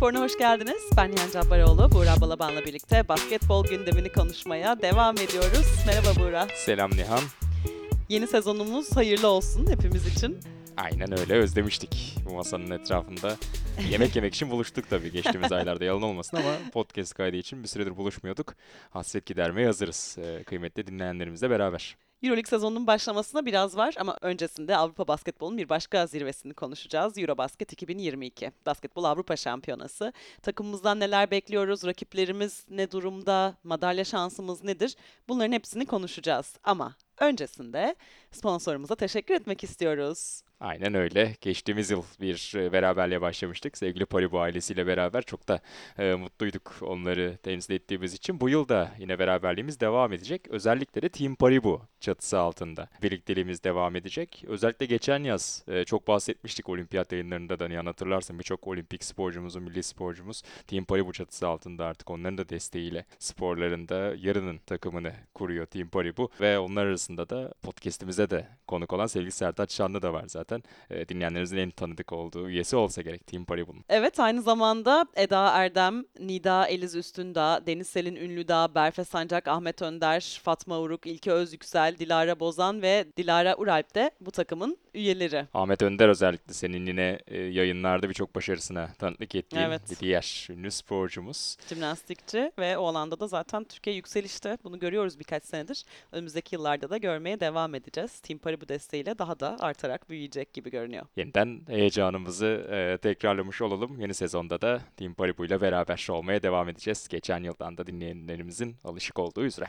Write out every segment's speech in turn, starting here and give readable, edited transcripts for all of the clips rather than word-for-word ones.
Spor'una hoş geldiniz. Ben Nihan Cabbaroğlu. Buğra Balaban'la birlikte basketbol gündemini konuşmaya devam ediyoruz. Merhaba Buğra. Selam Nihan. Yeni sezonumuz hayırlı olsun hepimiz için. Aynen öyle, özlemiştik bu masanın etrafında. Yemek yemek için buluştuk tabii geçtiğimiz aylarda, yalan olmasın, ama podcast kaydı için bir süredir buluşmuyorduk. Hasret gidermeye hazırız kıymetli dinleyenlerimizle beraber. Euroleague sezonunun başlamasına biraz var ama öncesinde Avrupa basketbolunun bir başka zirvesini konuşacağız. Eurobasket 2022. Basketbol Avrupa Şampiyonası. Takımımızdan neler bekliyoruz? Rakiplerimiz ne durumda? Madalya şansımız nedir? Bunların hepsini konuşacağız. Ama öncesinde sponsorumuza teşekkür etmek istiyoruz. Aynen öyle. Geçtiğimiz yıl bir beraberliğe başlamıştık. Sevgili Paribu ailesiyle beraber çok da mutluyduk onları temsil ettiğimiz için. Bu yıl da yine beraberliğimiz devam edecek. Özellikle de Team Paribu çatısı altında birlikteliğimiz devam edecek. Özellikle geçen yaz çok bahsetmiştik olimpiyat yayınlarında da. Yani hatırlarsın, birçok olimpik sporcumuz, milli sporcumuz Team Paribu çatısı altında artık onların da desteğiyle sporlarında yarının takımını kuruyor Team Paribu. Ve onlar arasında da podcast'imize de konuk olan sevgili Sertaç Şanlı da var zaten. Dinleyenlerimizin en tanıdık olduğu üyesi olsa gerek Team Paribu'nun. Evet, aynı zamanda Eda Erdem, Nida Eliz Üstündağ, Deniz Selin Ünlüdağ, Berfe Sancak, Ahmet Önder, Fatma Uruk, İlke Özyüksel, Dilara Bozan ve Dilara Uralp de bu takımın üyeleri. Ahmet Önder özellikle senin yine yayınlarda birçok başarısına tanıklık ettiğin Evet. bir diğer ünlü sporcumuz. Jimnastikçi ve o alanda da zaten Türkiye yükselişte. Bunu görüyoruz birkaç senedir. Önümüzdeki yıllarda da görmeye devam edeceğiz. Team Paribu desteğiyle daha da artarak büyüyecek gibi görünüyor. Yeniden heyecanımızı tekrarlamış olalım. Yeni sezonda da Team Paribu ile beraber olmaya devam edeceğiz. Geçen yıldan da dinleyenlerimizin alışık olduğu üzere.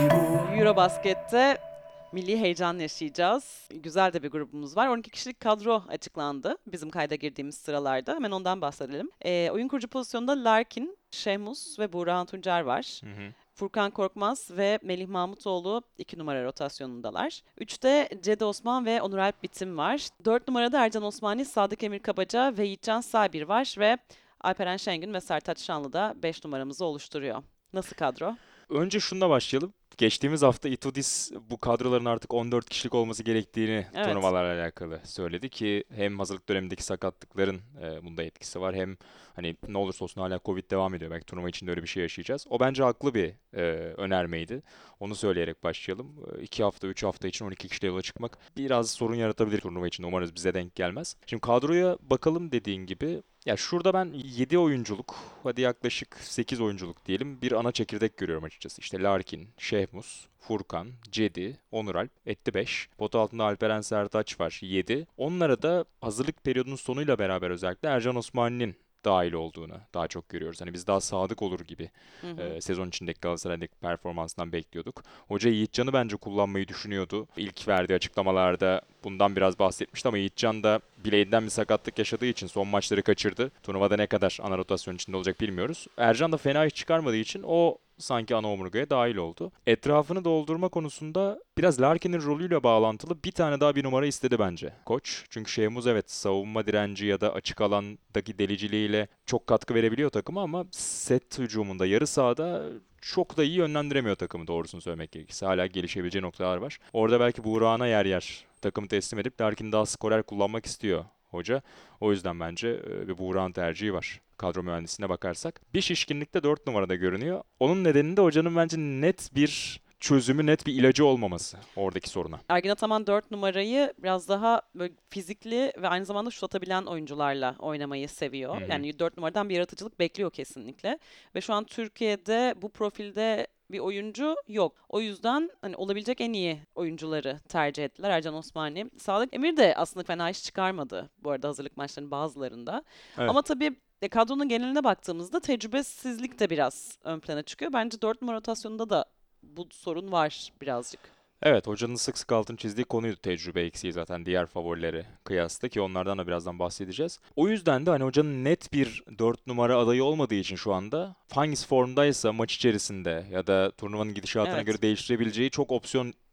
Eurobasket'te milli heyecan yaşayacağız. Güzel de bir grubumuz var. 12 kişilik kadro açıklandı bizim kayda girdiğimiz sıralarda. Hemen ondan bahsedelim. Oyun kurucu pozisyonunda Larkin, Şemus ve Buğra Tuncer var. Hı hı. Furkan Korkmaz ve Melih Mahmutoğlu 2 numara rotasyonundalar. 3'te Cedi Osman ve Onur Alp Bitim var. 4 numarada Ercan Osmani, Sadık Emir Kabaca ve Yiğitcan Sabir var ve Alperen Şengün ve Sertaç Şanlı da 5 numaramızı oluşturuyor. Nasıl kadro? Önce şununla başlayalım. Geçtiğimiz hafta Itudis bu kadroların artık 14 kişilik olması gerektiğini Evet. turnuvalarla alakalı söyledi ki hem hazırlık dönemindeki sakatlıkların bunda etkisi var, hem hani ne olursa olsun hala Covid devam ediyor. Belki turnuva içinde öyle bir şey yaşayacağız. O bence haklı bir önermeydi. Onu söyleyerek başlayalım. 2 hafta, 3 hafta için 12 kişiyle yola çıkmak biraz sorun yaratabilir turnuva için. Umarız bize denk gelmez. Şimdi kadroya bakalım dediğin gibi. Ya şurada ben 7 oyunculuk, hadi yaklaşık 8 oyunculuk diyelim, bir ana çekirdek görüyorum açıkçası. İşte Larkin, Şehmus, Furkan, Cedi, Onuralp etti 5. Pot altında Alperen Sertaç var 7. Onlara da hazırlık periyodunun sonuyla beraber özellikle Ercan Osmani'nin dahil olduğunu daha çok görüyoruz. Hani biz daha sadık olur gibi Hı hı. sezon içindeki Galatasaray'daki performansından bekliyorduk. Hoca Yiğitcan'ı bence kullanmayı düşünüyordu. İlk verdiği açıklamalarda bundan biraz bahsetmişti ama Yiğitcan da bileğinden bir sakatlık yaşadığı için son maçları kaçırdı. Turnuvada ne kadar ana rotasyon içinde olacak bilmiyoruz. Ercan da fena iş çıkarmadığı için o sanki ana omurgaya dahil oldu. Etrafını doldurma konusunda biraz Larkin'in rolüyle bağlantılı bir tane daha bir numara istedi bence koç. Çünkü Şehmuz evet savunma direnci ya da açık alandaki deliciliğiyle çok katkı verebiliyor takıma ama set hücumunda, yarı sahada çok da iyi yönlendiremiyor takımı, doğrusunu söylemek gerekirse. Hala gelişebileceği noktalar var. Orada belki Buğra'na yer yer takımı teslim edip Larkin'i daha skorer kullanmak istiyor hoca. O yüzden bence bir Buğra'nın tercihi var. Kadro mühendisine bakarsak. Bir şişkinlikte 4 numarada görünüyor. Onun nedeni de hocanın bence net bir çözümü, net bir ilacı olmaması oradaki soruna. Ergin Ataman 4 numarayı biraz daha böyle fizikli ve aynı zamanda şut atabilen oyuncularla oynamayı seviyor. Hı hı. Yani 4 numaradan bir yaratıcılık bekliyor kesinlikle. Ve şu an Türkiye'de bu profilde bir oyuncu yok. O yüzden hani olabilecek en iyi oyuncuları tercih ettiler. Ercan Osmani. Sadık Emir de aslında fena iş çıkarmadı bu arada hazırlık maçlarının bazılarında. Evet. Ama tabii kadronun geneline baktığımızda tecrübesizlik de biraz ön plana çıkıyor. Bence 4 numara rotasyonunda da bu sorun var birazcık. Evet, hocanın sık sık altını çizdiği konuydu tecrübe eksiği zaten diğer favorileri kıyasla, ki onlardan da birazdan bahsedeceğiz. O yüzden de hani hocanın net bir 4 numara adayı olmadığı için şu anda hangisi formdaysa maç içerisinde ya da turnuvanın gidişatına Evet. göre değiştirebileceği çok opsiyon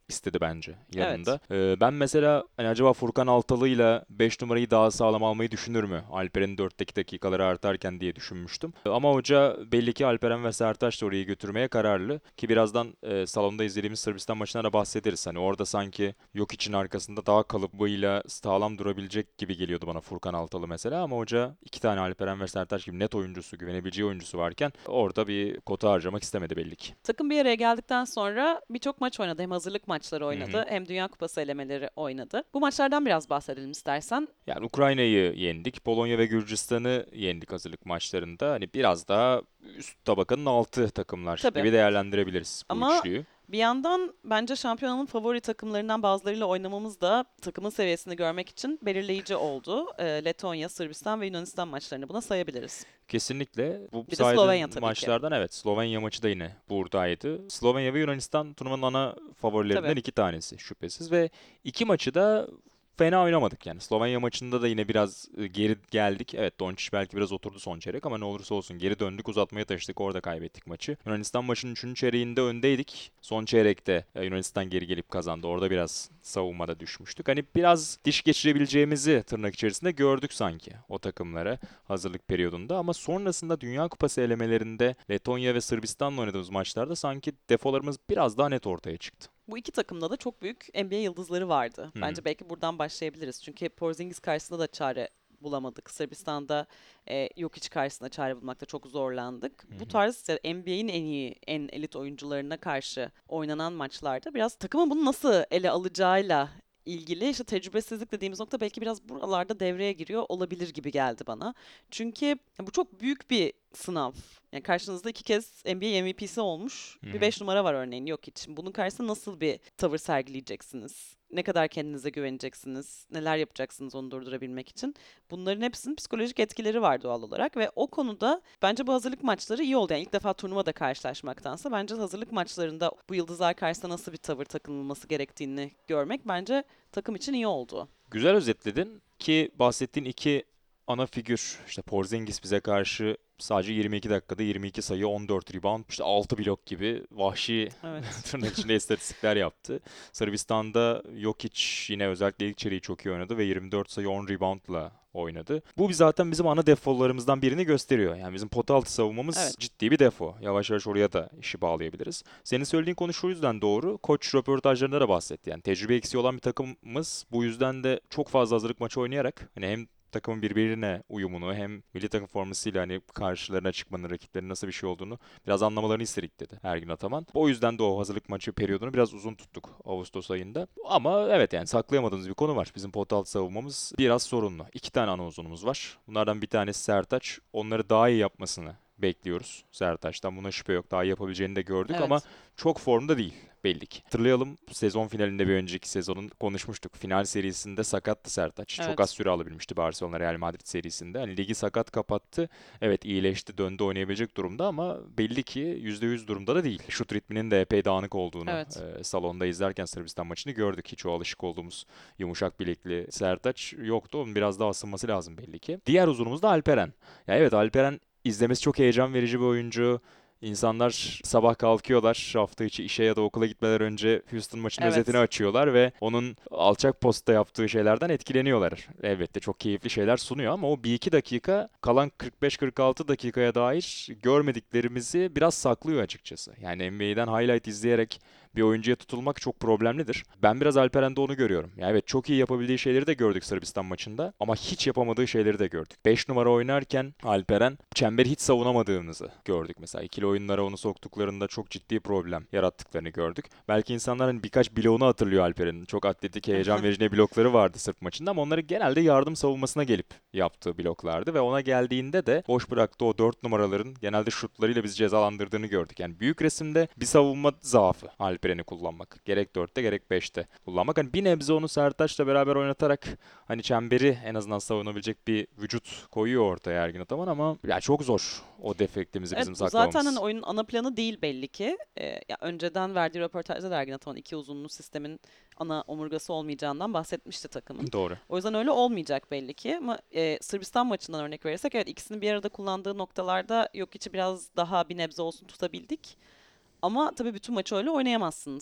istedi bence Evet. yanında. Ben mesela hani acaba Furkan Altalı'yla 5 numarayı daha sağlam almayı düşünür mü? Alperen'in 4'teki dakikaları artarken diye düşünmüştüm. Ama hoca belli ki Alperen ve Sertaç da orayı götürmeye kararlı. Ki birazdan salonda izlediğimiz Sırbistan maçına da bahsederiz. Hani orada sanki yok için arkasında daha kalıbıyla sağlam durabilecek gibi geliyordu bana Furkan Altalı mesela. Ama hoca iki tane Alperen ve Sertaç gibi net oyuncusu, güvenebileceği oyuncusu varken orada bir kota harcamak istemedi belli ki. Takım bir araya geldikten sonra birçok maç oynadı. Hem hazırlık maçları Hı hı. oynadı hem Dünya Kupası elemeleri oynadı. Bu maçlardan biraz bahsedelim istersen. Yani Ukrayna'yı yendik, Polonya ve Gürcistan'ı yendik hazırlık maçlarında. Hani biraz daha üst tabakanın altı takımlar Tabii. gibi değerlendirebiliriz bu Ama üçlüyü. bir yandan bence şampiyonanın favori takımlarından bazılarıyla oynamamız da takımın seviyesini görmek için belirleyici oldu. Letonya, Sırbistan ve Yunanistan maçlarını buna sayabiliriz. Kesinlikle bu Bir de Slovenya saydığın tabii ki. maçlardan evet Slovenya maçı da yine buradaydı. Slovenya ve Yunanistan turnuvanın ana Tabii. favorilerinden iki tanesi şüphesiz ve iki maçı da fena oynamadık yani. Slovenya maçında da yine biraz geri geldik. Evet Doncic belki biraz oturdu son çeyrek ama ne olursa olsun geri döndük uzatmaya taşıdık orada kaybettik maçı. Yunanistan maçının 3. çeyreğinde öndeydik. Son çeyrekte Yunanistan geri gelip kazandı. Orada biraz savunmada düşmüştük. Hani biraz diş geçirebileceğimizi tırnak içerisinde gördük sanki o takımlara hazırlık periyodunda ama sonrasında Dünya Kupası elemelerinde Letonya ve Sırbistan'la oynadığımız maçlarda sanki defolarımız biraz daha net ortaya çıktı. Bu iki takımda da çok büyük NBA yıldızları vardı. Hı hı. Bence belki buradan başlayabiliriz. Çünkü Porzingis karşısında da çare bulamadık. Sırbistan'da Jokic karşısında çare bulmakta çok zorlandık. Hı Bu hı. tarz NBA'in en iyi, en elit oyuncularına karşı oynanan maçlarda biraz takımın bunu nasıl ele alacağıyla ilgili işte tecrübesizlik dediğimiz nokta belki biraz buralarda devreye giriyor olabilir gibi geldi bana. Çünkü bu çok büyük bir sınav. Yani karşınızda iki kez NBA MVP'si olmuş Hı bir hı. 5 numara var örneğin yok için. Bunun karşısında nasıl bir tavır sergileyeceksiniz? Ne kadar kendinize güveneceksiniz? Neler yapacaksınız onu durdurabilmek için? Bunların hepsinin psikolojik etkileri var doğal olarak ve o konuda bence bu hazırlık maçları iyi oldu. Yani ilk defa turnuvada karşılaşmaktansa bence hazırlık maçlarında bu yıldızlar karşısında nasıl bir tavır takınılması gerektiğini görmek bence takım için iyi oldu. Güzel özetledin ki bahsettiğin iki ana figür işte Porzingis bize karşı sadece 22 dakikada 22 sayı, 14 rebound, işte 6 blok gibi vahşi Evet. tırnak içinde istatistikler yaptı. Sırbistan'da Jokic yine özellikle ilk çeyreği çok iyi oynadı ve 24 sayı 10 reboundla oynadı. Bu zaten bizim ana defolarımızdan birini gösteriyor. Yani bizim pota altı savunmamız Evet. ciddi bir defo. Yavaş yavaş oraya da işi bağlayabiliriz. Senin söylediğin konu şu yüzden doğru. Koç röportajlarında da bahsetti. Yani tecrübe eksiği olan bir takımımız. Bu yüzden de çok fazla hazırlık maçı oynayarak hani hem takımın birbirine uyumunu hem milli takım formasıyla hani karşılarına çıkmanın rakiplerin nasıl bir şey olduğunu biraz anlamalarını istedik dedi Ergin Ataman. O yüzden de o hazırlık maçı periyodunu biraz uzun tuttuk Ağustos ayında. Ama evet yani saklayamadığımız bir konu var. Bizim pot altı savunmamız biraz sorunlu. İki tane ana uzunumuz var. Bunlardan bir tanesi Sertaç. Onları daha iyi yapmasını bekliyoruz Sertaç'tan. Buna şüphe yok. Daha iyi yapabileceğini de gördük ama Evet. çok formda değil belli ki. Hatırlayalım sezon finalinde bir önceki sezonun konuşmuştuk. Final serisinde sakattı Sertaç. Çok az Evet. süre alabilmişti Barcelona Real Madrid serisinde. Hani ligi sakat kapattı. Evet iyileşti, döndü oynayabilecek durumda ama belli ki %100 durumda da değil. Şut ritminin de epey dağınık olduğunu Evet. salonda izlerken Sırbistan maçını gördük. Hiç o alışık olduğumuz yumuşak bilekli Sertaç yoktu. Onun biraz daha ısınması lazım belli ki. Diğer uzunumuz da Alperen. Ya evet Alperen izlemesi çok heyecan verici bir oyuncu. İnsanlar sabah kalkıyorlar, hafta içi işe ya da okula gitmeden önce Houston maçının özetini Evet. açıyorlar ve onun alçak postta yaptığı şeylerden etkileniyorlar. Elbette çok keyifli şeyler sunuyor ama o bir iki dakika kalan 45-46 dakikaya dair görmediklerimizi biraz saklıyor açıkçası. Yani NBA'den highlight izleyerek bir oyuncuya tutulmak çok problemlidir. Ben biraz Alperen'de onu görüyorum. Yani evet çok iyi yapabildiği şeyleri de gördük Sırbistan maçında ama hiç yapamadığı şeyleri de gördük. 5 numara oynarken Alperen çemberi hiç savunamadığımızı gördük mesela. İkili oyunlara onu soktuklarında çok ciddi problem yarattıklarını gördük. Belki insanlar hani birkaç bloğunu hatırlıyor Alperen'in. Çok atletik, heyecan verici blokları vardı Sırp maçında ama onları genelde yardım savunmasına gelip yaptığı bloklardı ve ona geldiğinde de boş bıraktığı o 4 numaraların genelde şutlarıyla bizi cezalandırdığını gördük. Yani büyük resimde bir savunma zaafı Alperen'i kullanmak. Gerek 4'te gerek 5'te kullanmak. Hani bir nebze onu Sertaç'la beraber oynatarak hani çemberi en azından savunabilecek bir vücut koyuyor ortaya Ergin Ataman ama ya çok zor o defektimizi Evet bizim bu zaten hani saklamamız. oyunun ana planı değil belli ki. Ya önceden verdiği röportajda da Ergin Ataman iki uzunlu sistemin ana omurgası olmayacağından bahsetmişti takımın. Doğru. O yüzden öyle olmayacak belli ki. Ama Sırbistan maçından örnek verirsek evet ikisini bir arada kullandığı noktalarda yok içi biraz daha bir nebze olsun tutabildik. Ama tabii bütün maçı öyle oynayamazsınız.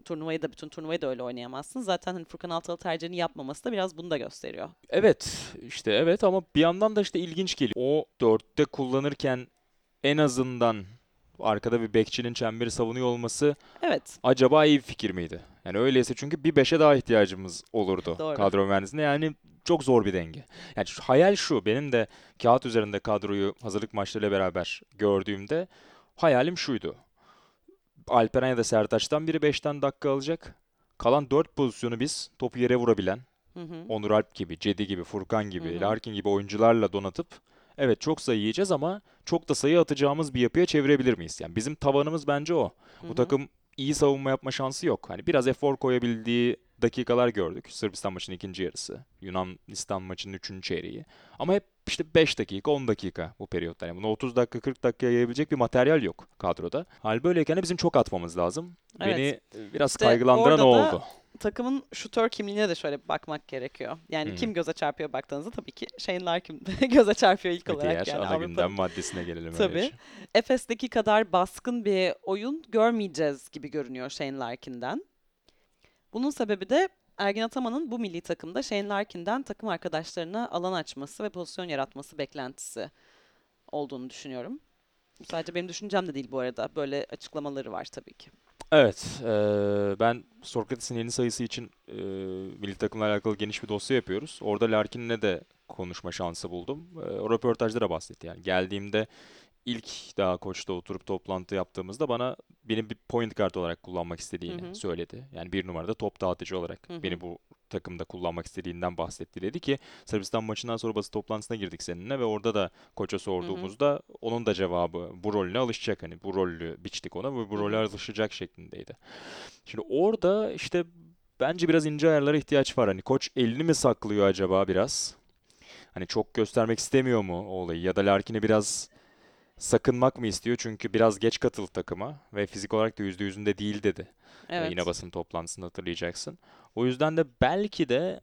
bütün turnuvayı da öyle oynayamazsın. Zaten hani Furkan Altalı tercihini yapmaması da biraz bunu da gösteriyor. Evet, işte evet ama bir yandan da işte ilginç geliyor. O dörtte kullanırken en azından arkada bir bekçinin çemberi savunuyor olması Evet, acaba iyi bir fikir miydi? Yani öyleyse çünkü bir beşe daha ihtiyacımız olurdu doğru. kadro mühendisliğinde. Yani çok zor bir denge. Yani hayal şu, benim de kağıt üzerinde kadroyu hazırlık maçlarıyla beraber gördüğümde hayalim şuydu. Alperen ya da Sertaç'tan biri 5'ten dakika alacak. Kalan 4 pozisyonu biz topu yere vurabilen, Hı hı. Onur Alp gibi, Cedi gibi, Furkan Hı gibi, hı. Larkin gibi oyuncularla donatıp evet çok sayı yiyeceğiz ama çok da sayı atacağımız bir yapıya çevirebilir miyiz? Yani bizim tavanımız bence o. Hı Bu hı. takım iyi savunma yapma şansı yok. Hani biraz efor koyabildiği dakikalar gördük. Sırbistan maçının ikinci yarısı, Yunanistan maçının üçüncü çeyreği. Ama hep işte 5 dakika, 10 dakika bu periyotta. Yani bunu 30 dakika, 40 dakikaya yayabilecek bir materyal yok kadroda. Hal böyleyken de bizim çok atmamız lazım. Evet. Beni biraz İşte kaygılandıran o orada da oldu. takımın şutör kimliğine de şöyle bir bakmak gerekiyor. Yani Hmm. kim göze çarpıyor baktığınızda tabii ki Shane Larkin göze çarpıyor ilk Ve olarak diğer yani ana gündem Avrupa'nın. maddesine gelelim Tabii. öylece. Efes'teki kadar baskın bir oyun görmeyeceğiz gibi görünüyor Shane Larkin'den. Bunun sebebi de Ergin Ataman'ın bu milli takımda Shane Larkin'den takım arkadaşlarına alan açması ve pozisyon yaratması beklentisi olduğunu düşünüyorum. Bu sadece benim düşüncem de değil bu arada. Böyle açıklamaları var tabii ki. Evet, ben Sokrates'in yeni sayısı için milli takımla alakalı geniş bir dosya yapıyoruz. Orada Larkin'le de konuşma şansı buldum. O röportajda da bahsetti. Yani geldiğimde ilk daha koçta oturup toplantı yaptığımızda beni bir point guard olarak kullanmak Hı istediğini hı. söyledi. Yani bir numarada top dağıtıcı olarak Hı hı. beni bu takımda kullanmak istediğinden bahsetti. Dedi ki Sırbistan maçından sonra basın toplantısına girdik seninle ve orada da koça Hı hı. sorduğumuzda onun da cevabı bu rolüne alışacak. Hani bu rolü biçtik ona ve bu Hı role hı. alışacak şeklindeydi. Şimdi orada işte bence biraz ince ayarlara ihtiyaç var. Hani koç elini mi saklıyor acaba biraz? Hani çok göstermek istemiyor mu o olayı? Ya da Larkin'i biraz sakınmak mı istiyor? Çünkü biraz geç katıldı takıma ve fizik olarak da %100'ünde değil dedi. Yine Evet. basın toplantısında hatırlayacaksın. O yüzden de belki de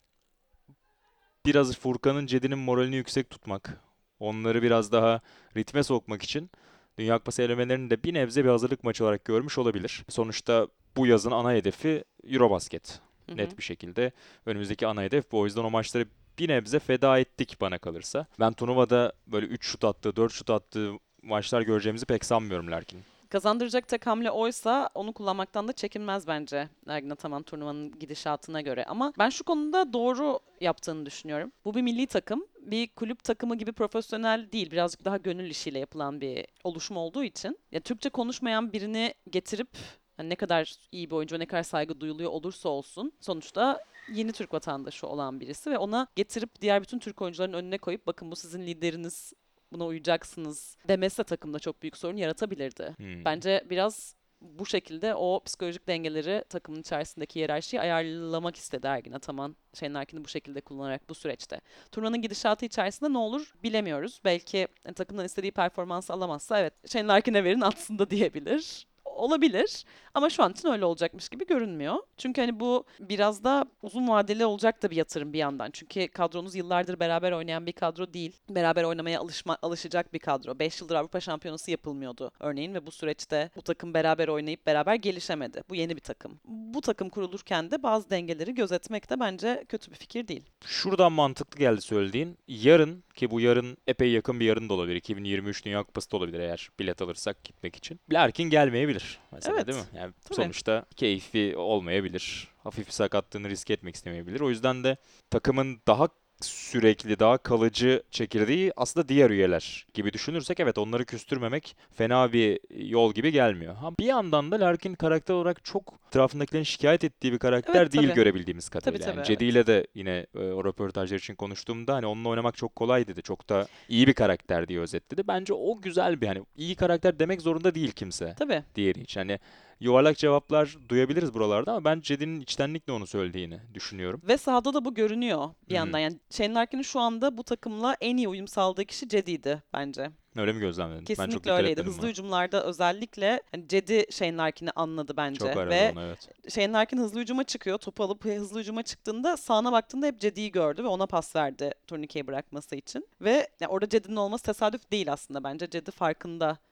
biraz Furkan'ın, Cedi'nin moralini yüksek tutmak, onları biraz daha ritme sokmak için Dünya Kupası elemelerinin de bir nebze bir hazırlık maçı olarak görmüş olabilir. Sonuçta bu yazın ana hedefi Eurobasket. Hı hı. Net bir şekilde önümüzdeki ana hedef bu. O yüzden o maçları bir nebze feda ettik bana kalırsa. Ben turnuvada böyle 3 şut attığı, 4 şut attığı maçlar göreceğimizi pek sanmıyorum Larkin'in. Kazandıracak tek hamle oysa onu kullanmaktan da çekinmez bence Ergin Ataman turnuvanın gidişatına göre. Ama ben şu konuda doğru yaptığını düşünüyorum. Bu bir milli takım. Bir kulüp takımı gibi profesyonel değil. Birazcık daha gönül işiyle yapılan bir oluşum olduğu için. Ya Türkçe konuşmayan birini getirip hani ne kadar iyi bir oyuncu, ne kadar saygı duyuluyor olursa olsun sonuçta yeni Türk vatandaşı olan birisi ve ona getirip diğer bütün Türk oyuncuların önüne koyup bakın bu sizin lideriniz, buna uyacaksınız demesi de takımda çok büyük sorun yaratabilirdi. Hmm. Bence biraz bu şekilde o psikolojik dengeleri takımın içerisindeki hiyerarşiyi ayarlamak istedi Ergin Ataman. Şenol Erkin'i bu şekilde kullanarak bu süreçte. Turnuvanın gidişatı içerisinde ne olur bilemiyoruz. Belki takımdan istediği performansı alamazsa evet Şenol Erkin'e verin atsın da diyebilir. Olabilir ama şu an için öyle olacakmış gibi görünmüyor. Çünkü hani bu biraz da uzun vadeli olacak da bir yatırım bir yandan. Çünkü kadronuz yıllardır beraber oynayan bir kadro değil. Beraber oynamaya alışacak bir kadro. 5 yıldır Avrupa Şampiyonası yapılmıyordu örneğin ve bu süreçte bu takım beraber oynayıp beraber gelişemedi. Bu yeni bir takım. Bu takım kurulurken de bazı dengeleri gözetmek de bence kötü bir fikir değil. Şuradan mantıklı geldi söylediğin. Yarın ki bu yarın epey yakın bir yarın da olabilir. 2023 Dünya Kupası da olabilir eğer bilet alırsak gitmek için. Larkin gelmeyebilir mesela değil mi? Evet, Yani tabii. sonuçta keyfi olmayabilir. Hafif bir sakatlığını risk etmek istemeyebilir. O yüzden de takımın daha sürekli, daha kalıcı çekirdeği aslında diğer üyeler gibi düşünürsek evet onları küstürmemek fena bir yol gibi gelmiyor. Ha, bir yandan da Larkin karakter olarak çok etrafındakilerin şikayet ettiği bir Evet karakter değil tabii. görebildiğimiz Tabii kadarıyla. tabii Yani Cedi evet. ile de yine o röportajlar için konuştuğumda hani onunla oynamak çok kolay dedi. Çok da iyi bir karakter diye özetledi. Bence o güzel bir hani iyi karakter demek zorunda değil kimse Tabii. diğeri için. Hani yuvarlak cevaplar duyabiliriz buralarda ama ben Cedi'nin içtenlikle onu söylediğini düşünüyorum. Ve sahada da bu görünüyor bir Hı hı. yandan. Yani Shane Larkin'in şu anda bu takımla en iyi uyum sağladığı kişi Cedi'ydi bence. Öyle mi gözlemledin? Ben çok Kesinlikle dikkat öyleydi. etmedim Hızlı buna. hücumlarda özellikle hani Cedi Shane Larkin'i anladı Çok bence aradı ve onu evet. Shane Larkin hızlı hücuma çıkıyor. Topu alıp hızlı hücuma çıktığında sağına baktığında hep Cedi'yi gördü ve ona pas verdi turnikeyi bırakması için. Ve orada Cedi'nin olması tesadüf değil aslında bence. Cedi farkında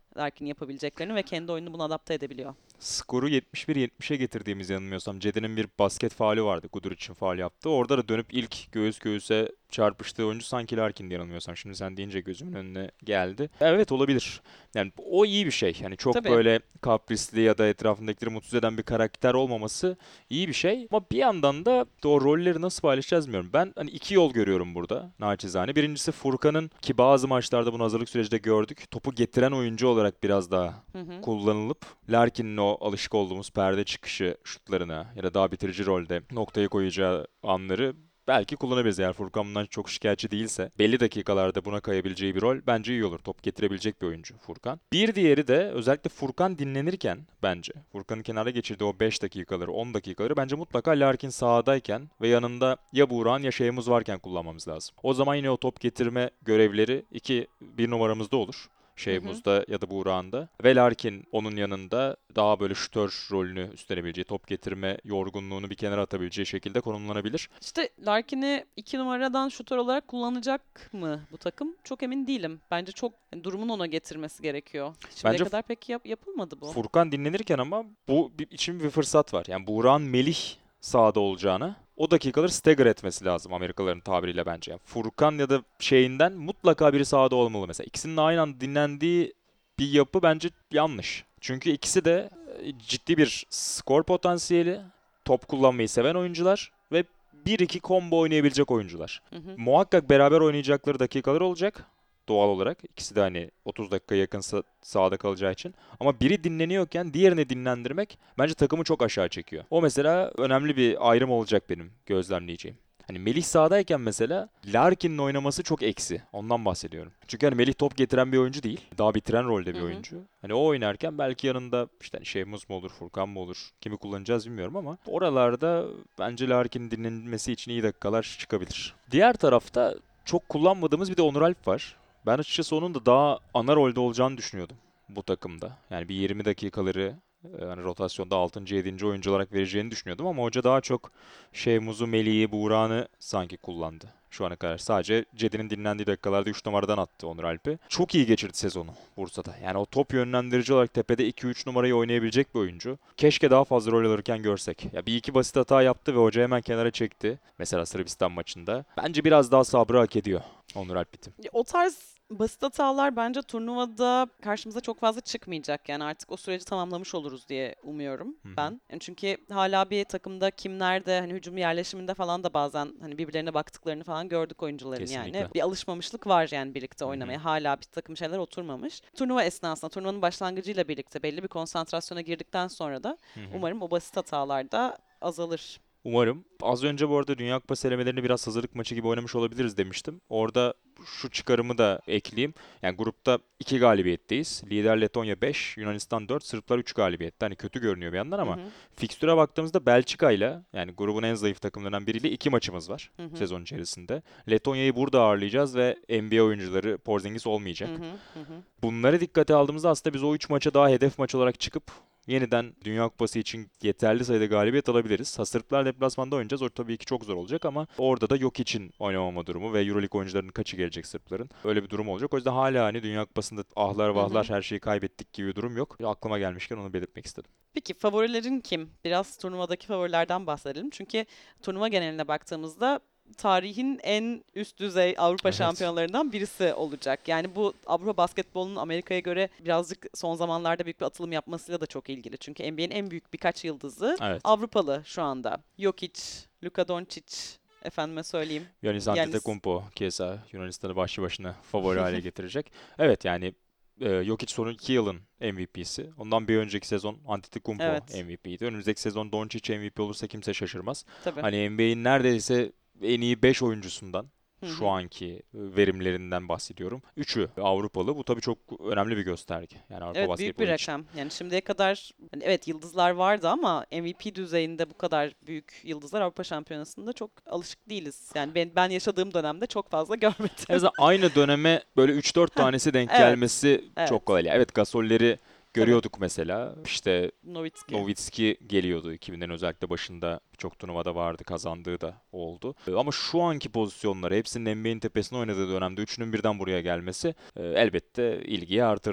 Larkin'in yapabileceklerini ve kendi oyununu buna adapte edebiliyor. Skoru 71-70'e getirdiğimiz yanılmıyorsam. Cedi'nin bir basket faulü vardı. Guduric'in faul yaptı. Orada da dönüp ilk göğüs göğüse çarpıştığı oyuncu sanki Larkin'di yanılmıyorsam. Şimdi sen deyince gözümün önüne geldi. Evet, olabilir. Yani o iyi bir şey. Yani çok Tabii. böyle kaprisli ya da etrafındakileri mutsuz eden bir karakter olmaması iyi bir şey. Ama bir yandan da o rolleri nasıl paylaşacağız bilmiyorum. Ben hani iki yol görüyorum burada naçizane. Birincisi Furkan'ın, ki bazı maçlarda bunu hazırlık sürecinde gördük, topu getiren oyuncu olarak biraz daha Hı hı. kullanılıp Larkin'in o alışık olduğumuz perde çıkışı şutlarına ya da daha bitirici rolde noktayı koyacağı anları belki kullanabiliriz. Eğer Furkan bundan çok şikayetçi değilse belli dakikalarda buna kayabileceği bir rol bence iyi olur. Top getirebilecek bir oyuncu Furkan. Bir diğeri de özellikle Furkan dinlenirken, bence Furkan'ın kenara geçirdiği o 5 dakikaları 10 dakikaları bence mutlaka Larkin sahadayken ve yanında ya Buğra'n ya Şeyhmuz varken kullanmamız lazım. O zaman yine o top getirme görevleri bir numaramızda olur. Hı hı. Şeyhmuz'da ya da Buğra'nda. Ve Larkin onun yanında daha böyle şütör rolünü üstlenebileceği, top getirme yorgunluğunu bir kenara atabileceği şekilde konumlanabilir. İşte Larkin'i 2 numaradan şutör olarak kullanacak mı bu takım? Çok emin değilim. Bence çok durumun ona getirmesi gerekiyor. Şimdiye Bence kadar pek yapılmadı bu. Furkan dinlenirken ama için bir fırsat var. Yani Buğra'nın Melih sahada olacağını o dakikaları stagger etmesi lazım Amerikalıların tabiriyle bence. Yani Furkan ya da şeyinden mutlaka biri sahada olmalı mesela. İkisinin aynı anda dinlendiği bir yapı bence yanlış. Çünkü ikisi de ciddi bir skor potansiyeli, top kullanmayı seven oyuncular ve bir iki combo oynayabilecek oyuncular. Hı hı. Muhakkak beraber oynayacakları dakikalar olacak doğal olarak. İkisi de hani 30 dakika yakın sahada kalacağı için. Ama biri dinleniyorken diğerini dinlendirmek bence takımı çok aşağı çekiyor. O mesela önemli bir ayrım olacak benim gözlemleyeceğim. Hani Melih sahadayken mesela Larkin'in oynaması çok eksi. Ondan bahsediyorum. Çünkü hani Melih top getiren bir oyuncu değil. Daha bitiren rolde Hı bir hı. oyuncu. Hani o oynarken belki yanında işte hani Şeyhmuz mu olur, Furkan mı olur, kimi kullanacağız bilmiyorum ama oralarda bence Larkin'in dinlenilmesi için iyi dakikalar çıkabilir. Diğer tarafta çok kullanmadığımız bir de Onur Alp var. Ben açıkçası onun da daha ana rolde olacağını düşünüyordum bu takımda. Yani bir 20 dakikaları hani rotasyonda 6. 7. oyuncu olarak vereceğini düşünüyordum ama hoca daha çok Şeyhmuz'u, Melih'i, Buğra'nı sanki kullandı şu ana kadar. Sadece Cedi'nin dinlendiği dakikalarda 3 numaradan attı Onur Alp'i. Çok iyi geçirdi sezonu Bursa'da. Yani o top yönlendirici olarak tepede 2-3 numarayı oynayabilecek bir oyuncu. Keşke daha fazla rol alırken görsek. Ya bir iki basit hata yaptı ve hoca hemen kenara çekti. Mesela Sırbistan maçında. Bence biraz daha sabrı hak ediyor Onur Alp Bitim. O tarz basit hatalar bence turnuvada karşımıza çok fazla çıkmayacak. Yani artık o süreci tamamlamış oluruz diye umuyorum Hı hı. ben. Yani çünkü hala bir takımda kim nerede hani hücum yerleşiminde falan da bazen hani birbirlerine baktıklarını falan gördük oyuncuların yani. Kesinlikle. Bir alışmamışlık var yani birlikte Hı hı. oynamaya. Hala bir takım şeyler oturmamış. Turnuva esnasında, turnuvanın başlangıcıyla birlikte belli bir konsantrasyona girdikten sonra da Hı hı. umarım o basit hatalar da azalır. Umarım. Az önce bu arada Dünya Kupası elemelerini biraz hazırlık maçı gibi oynamış olabiliriz demiştim. Orada şu çıkarımı da ekleyeyim. Yani grupta 2 galibiyetteyiz. Lider Letonya 5, Yunanistan 4, Sırplar 3 galibiyette. Hani kötü görünüyor bir yandan Hı ama hı, fikstüre baktığımızda Belçika'yla yani grubun en zayıf takımlarından biriyle 2 maçımız var hı hı, sezon içerisinde. Letonya'yı burada ağırlayacağız ve NBA oyuncuları Porzingis hı olmayacak. hı, hı hı. Bunları dikkate aldığımızda aslında biz o 3 maça daha hedef maç olarak çıkıp yeniden Dünya Kupası için yeterli sayıda galibiyet alabiliriz. Ha, Sırplar deplasmanda oynayacağız. O tabii ki çok zor olacak ama orada da yok için oynamama durumu ve EuroLeague oyuncularının kaçı gelecek Sırpların. Öyle bir durum olacak. O yüzden hala hani Dünya Kupası'nda ahlar Hı vahlar hı. her şeyi kaybettik gibi bir durum yok. Aklıma gelmişken onu belirtmek istedim. Peki favorilerin kim? Biraz turnuvadaki favorilerden bahsedelim. Çünkü turnuva geneline baktığımızda tarihin en üst düzey Avrupa Evet. şampiyonlarından birisi olacak. Yani bu Avrupa basketbolunun Amerika'ya göre birazcık son zamanlarda büyük bir atılım yapmasıyla da çok ilgili. Çünkü NBA'nin en büyük birkaç yıldızı Evet. Avrupalı şu anda. Jokic, Luka Doncic, efendime söyleyeyim. Giannis Yanis. Antetokounmpo keza Yunanistan'ı başlı başına favori hale getirecek. Evet yani Jokic son 2 yılın MVP'si. Ondan bir önceki sezon Antetokounmpo Evet, MVP'ydi. Önümüzdeki sezon Doncic MVP olursa kimse şaşırmaz. tabii. Hani NBA'in neredeyse en iyi 5 oyuncusundan Hı şu hı. anki verimlerinden bahsediyorum. Üçü Avrupalı. Bu tabii çok önemli bir gösterge. Yani Avrupa Evet, büyük bir basketbolu için. rakam. Yani şimdiye kadar hani evet yıldızlar vardı ama MVP düzeyinde bu kadar büyük yıldızlar Avrupa Şampiyonası'nda çok alışık değiliz. Yani ben yaşadığım dönemde çok fazla En görmedim. azından aynı döneme böyle 3-4 Heh, tanesi denk evet, gelmesi çok evet. kolay. Evet, Gasol'leri Tabii. görüyorduk mesela. İşte Nowitzki. Nowitzki geliyordu 2000'lerin özellikle başında birçok turnuvada vardı, kazandığı da oldu. Ama şu anki pozisyonları hepsinin NBA'in tepesine oynadığı dönemde üçünün birden buraya gelmesi elbette ilgiyi artırdı.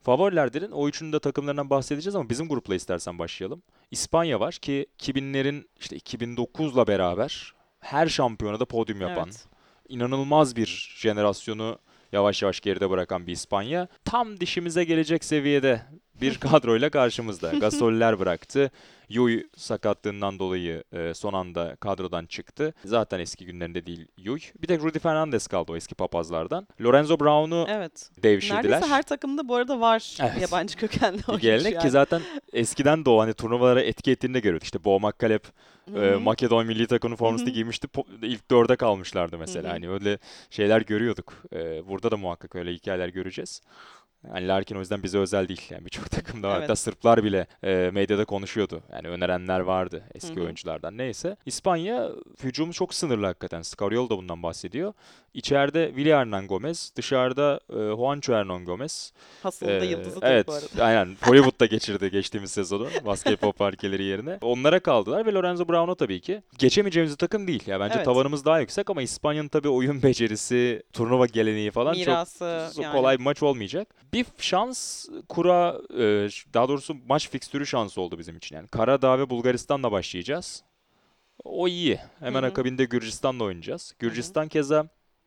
Favoriler dedin. O üçünün de takımlarından bahsedeceğiz ama bizim grupla istersen başlayalım. İspanya var ki 2000'lerin işte 2009'la beraber her şampiyonada podyum yapan, Evet. inanılmaz bir jenerasyonu yavaş yavaş geride bırakan bir İspanya. Tam dişimize gelecek seviyede bir kadroyla karşımızda. Gasoller bıraktı. Yuy sakatlığından dolayı son anda kadrodan çıktı. Zaten eski günlerinde değil Yuy. Bir tek Rudy Fernandes kaldı o eski papazlardan. Lorenzo Brown'u Evet. devşirdiler. Neredeyse her takımda bu arada var Evet. yabancı kökenli Bir oyuncu gelenek ki yani. zaten eskiden de o hani turnuvalara etki ettiğini de görüyorduk. İşte Bo McCaleb Hı hı. Makedon milli takımının Hı formasını hı. giymişti. İlk dörde kalmışlardı Hı mesela. hı. Hani öyle şeyler görüyorduk. Burada da muhakkak öyle hikayeler göreceğiz. Yani Larkin o yüzden bize özel değil. Yani birçok takımda var. Hatta Evet. Sırplar bile medyada konuşuyordu. Yani önerenler vardı Hı eski hı. oyunculardan. Neyse. İspanya hücumu çok sınırlı hakikaten. Scariolo da bundan bahsediyor. İçeride Willy Hernan Gomez, dışarıda Juancho Hernan Gomez. Hasıl'ın da yıldızıdır bu Evet, arada. aynen. Hollywood'da geçirdi geçtiğimiz sezonu basketbol parkeleri yerine. Onlara kaldılar ve Lorenzo Brown'a tabii ki geçemeyeceğimiz bir takım değil. Ya bence Evet. tavanımız daha yüksek ama İspanya'nın tabii oyun becerisi, turnuva geleneği falan çok Mirası yani. kolay bir maç olmayacak. Bir şans kura, daha doğrusu maç fikstürü şansı oldu bizim için. Yani Karadağ ve Bulgaristan'la başlayacağız. O iyi. Hı Hemen hı. akabinde Gürcistan'la oynayacağız. Hı hı. Gürcistan keza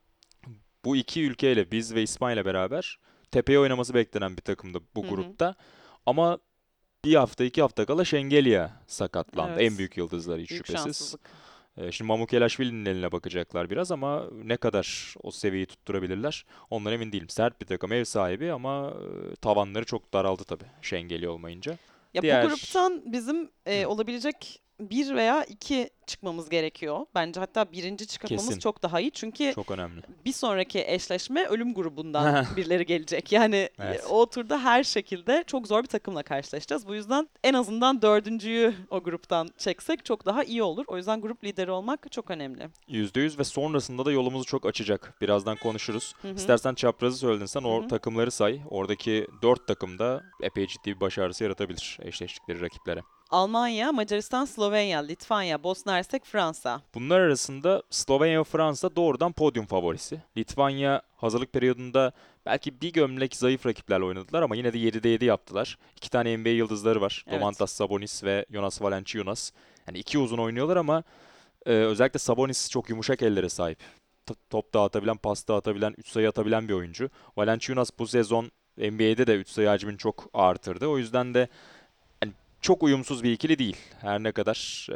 bu iki ülkeyle biz ve İspanya ile beraber tepeye oynaması beklenen bir takımdı bu Hı hı. grupta. Ama bir hafta iki hafta kala Şengelya sakatlandı. En Evet. büyük yıldızları hiç Büyük şüphesiz. şanssızlık. Şimdi Mamukelashvili'nin eline bakacaklar biraz ama ne kadar o seviyeyi tutturabilirler ondan emin değilim. Sert bir takım, ev sahibi ama tavanları çok daraldı tabii Şengelya olmayınca. Ya bu Diğer gruptan bizim olabilecek bir veya iki çıkmamız gerekiyor. Bence hatta birinci çıkmamız kesin çok daha iyi. Çünkü çok önemli. bir sonraki eşleşme ölüm grubundan birileri gelecek. Yani Evet. o turda her şekilde çok zor bir takımla karşılaşacağız. Bu yüzden en azından dördüncüyü o gruptan çeksek çok daha iyi olur. O yüzden grup lideri olmak çok önemli. %100 ve sonrasında da yolumuzu çok açacak. Birazdan konuşuruz. Hı hı, İstersen çaprazı söyledin sen hı o hı. takımları say. Oradaki 4 takım da epey ciddi bir başarısı yaratabilir eşleştikleri rakiplere. Almanya, Macaristan, Slovenya, Litvanya, Bosna Hersek, Fransa. Bunlar arasında Slovenya ve Fransa doğrudan podyum favorisi. Litvanya hazırlık periyodunda belki bir gömlek zayıf rakiplerle oynadılar ama yine de 7'de 7 yaptılar. İki tane NBA yıldızları var. Evet. Domantas Sabonis ve Jonas Valanciunas. Yani iki uzun oynuyorlar ama özellikle Sabonis çok yumuşak ellere sahip. Top dağıtabilen, pas dağıtabilen, 3 sayı atabilen bir oyuncu. Valanciunas bu sezon NBA'de de 3 sayı hacmini çok artırdı. O yüzden de yani çok uyumsuz bir ikili değil. Her ne kadar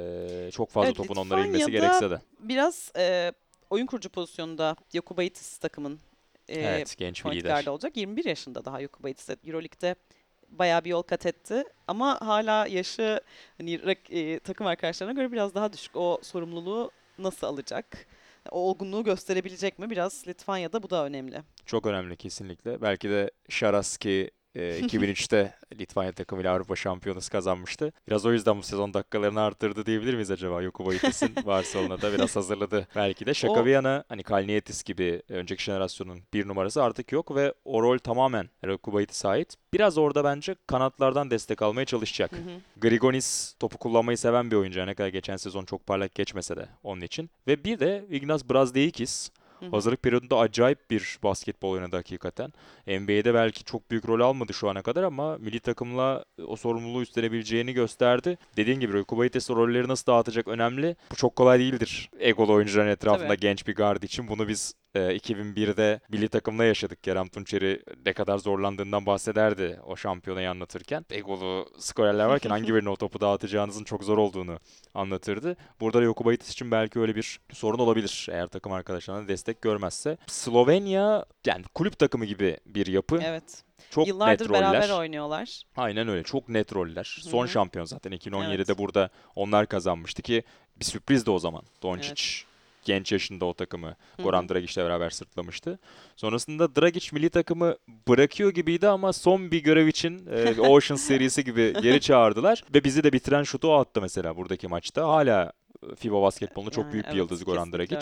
çok fazla Evet, topun onlara inmesi Litvanya'da gerekse de. biraz oyun kurucu pozisyonunda Jokubaitis takımın Evet, genç bir point guard lider. olacak. 21 yaşında daha Jokubaitis. Euroleague'de bayağı bir yol kat etti. Ama hala yaşı hani takım arkadaşlarına göre biraz daha düşük. O sorumluluğu nasıl alacak? O olgunluğu gösterebilecek mi? Biraz Litvanya'da bu da önemli. Çok önemli kesinlikle. Belki de Şaraski 2003'te Litvanya takımıyla Avrupa Şampiyonası kazanmıştı. Biraz o yüzden bu sezon dakikalarını arttırdı diyebilir miyiz acaba? Jokubaitis'in Barcelona'da biraz hazırladı. Belki de Şaka O bir yana hani Kalnietis gibi önceki jenerasyonun bir numarası artık yok ve o rol tamamen Jokubaitis'e ait. Biraz orada bence kanatlardan destek almaya Hı çalışacak. hı, Grigonis topu kullanmayı seven bir oyuncu. Ne kadar geçen sezon çok parlak geçmese de onun için. Ve bir de Ignaz Brazdeikis. hı hı. Hazırlık periyodunda acayip bir basketbol oynadı hakikaten. NBA'de belki çok büyük rol almadı şu ana kadar ama milli takımla o sorumluluğu üstlenebileceğini gösterdi. Dediğin gibi Jokubaitis o rolleri nasıl dağıtacak önemli. Bu çok kolay değildir. Egolu oyuncuların etrafında Tabii. genç bir guard için. Bunu biz 2001'de milli takımla yaşadık. Kerem Tunçeri ne kadar zorlandığından bahsederdi o şampiyonayı anlatırken. Egolu skorerler varken hangi birine o topu dağıtacağınızın çok zor olduğunu anlatırdı. Burada da Jokubaitis için belki öyle bir sorun olabilir eğer takım arkadaşlarına destek görmezse. Slovenya yani kulüp takımı gibi bir yapı. Evet. Çok net Yıllardır beraber roller. oynuyorlar. Aynen öyle. Çok net roller. Hı Son hı. şampiyon zaten. 2017'de Evet. burada onlar kazanmıştı ki bir sürpriz de o zaman. Evet. Doncic genç yaşında o takımı Hı Goran hı. Dragic'le beraber sırtlamıştı. Sonrasında Dragic milli takımı bırakıyor gibiydi ama son bir görev için Ocean serisi gibi geri çağırdılar. Ve bizi de bitiren şutu o attı mesela buradaki maçta. Hala FIBA basketbolunda çok Yani büyük bir evet, yıldız Goran kesinlikle Dragic. öyle.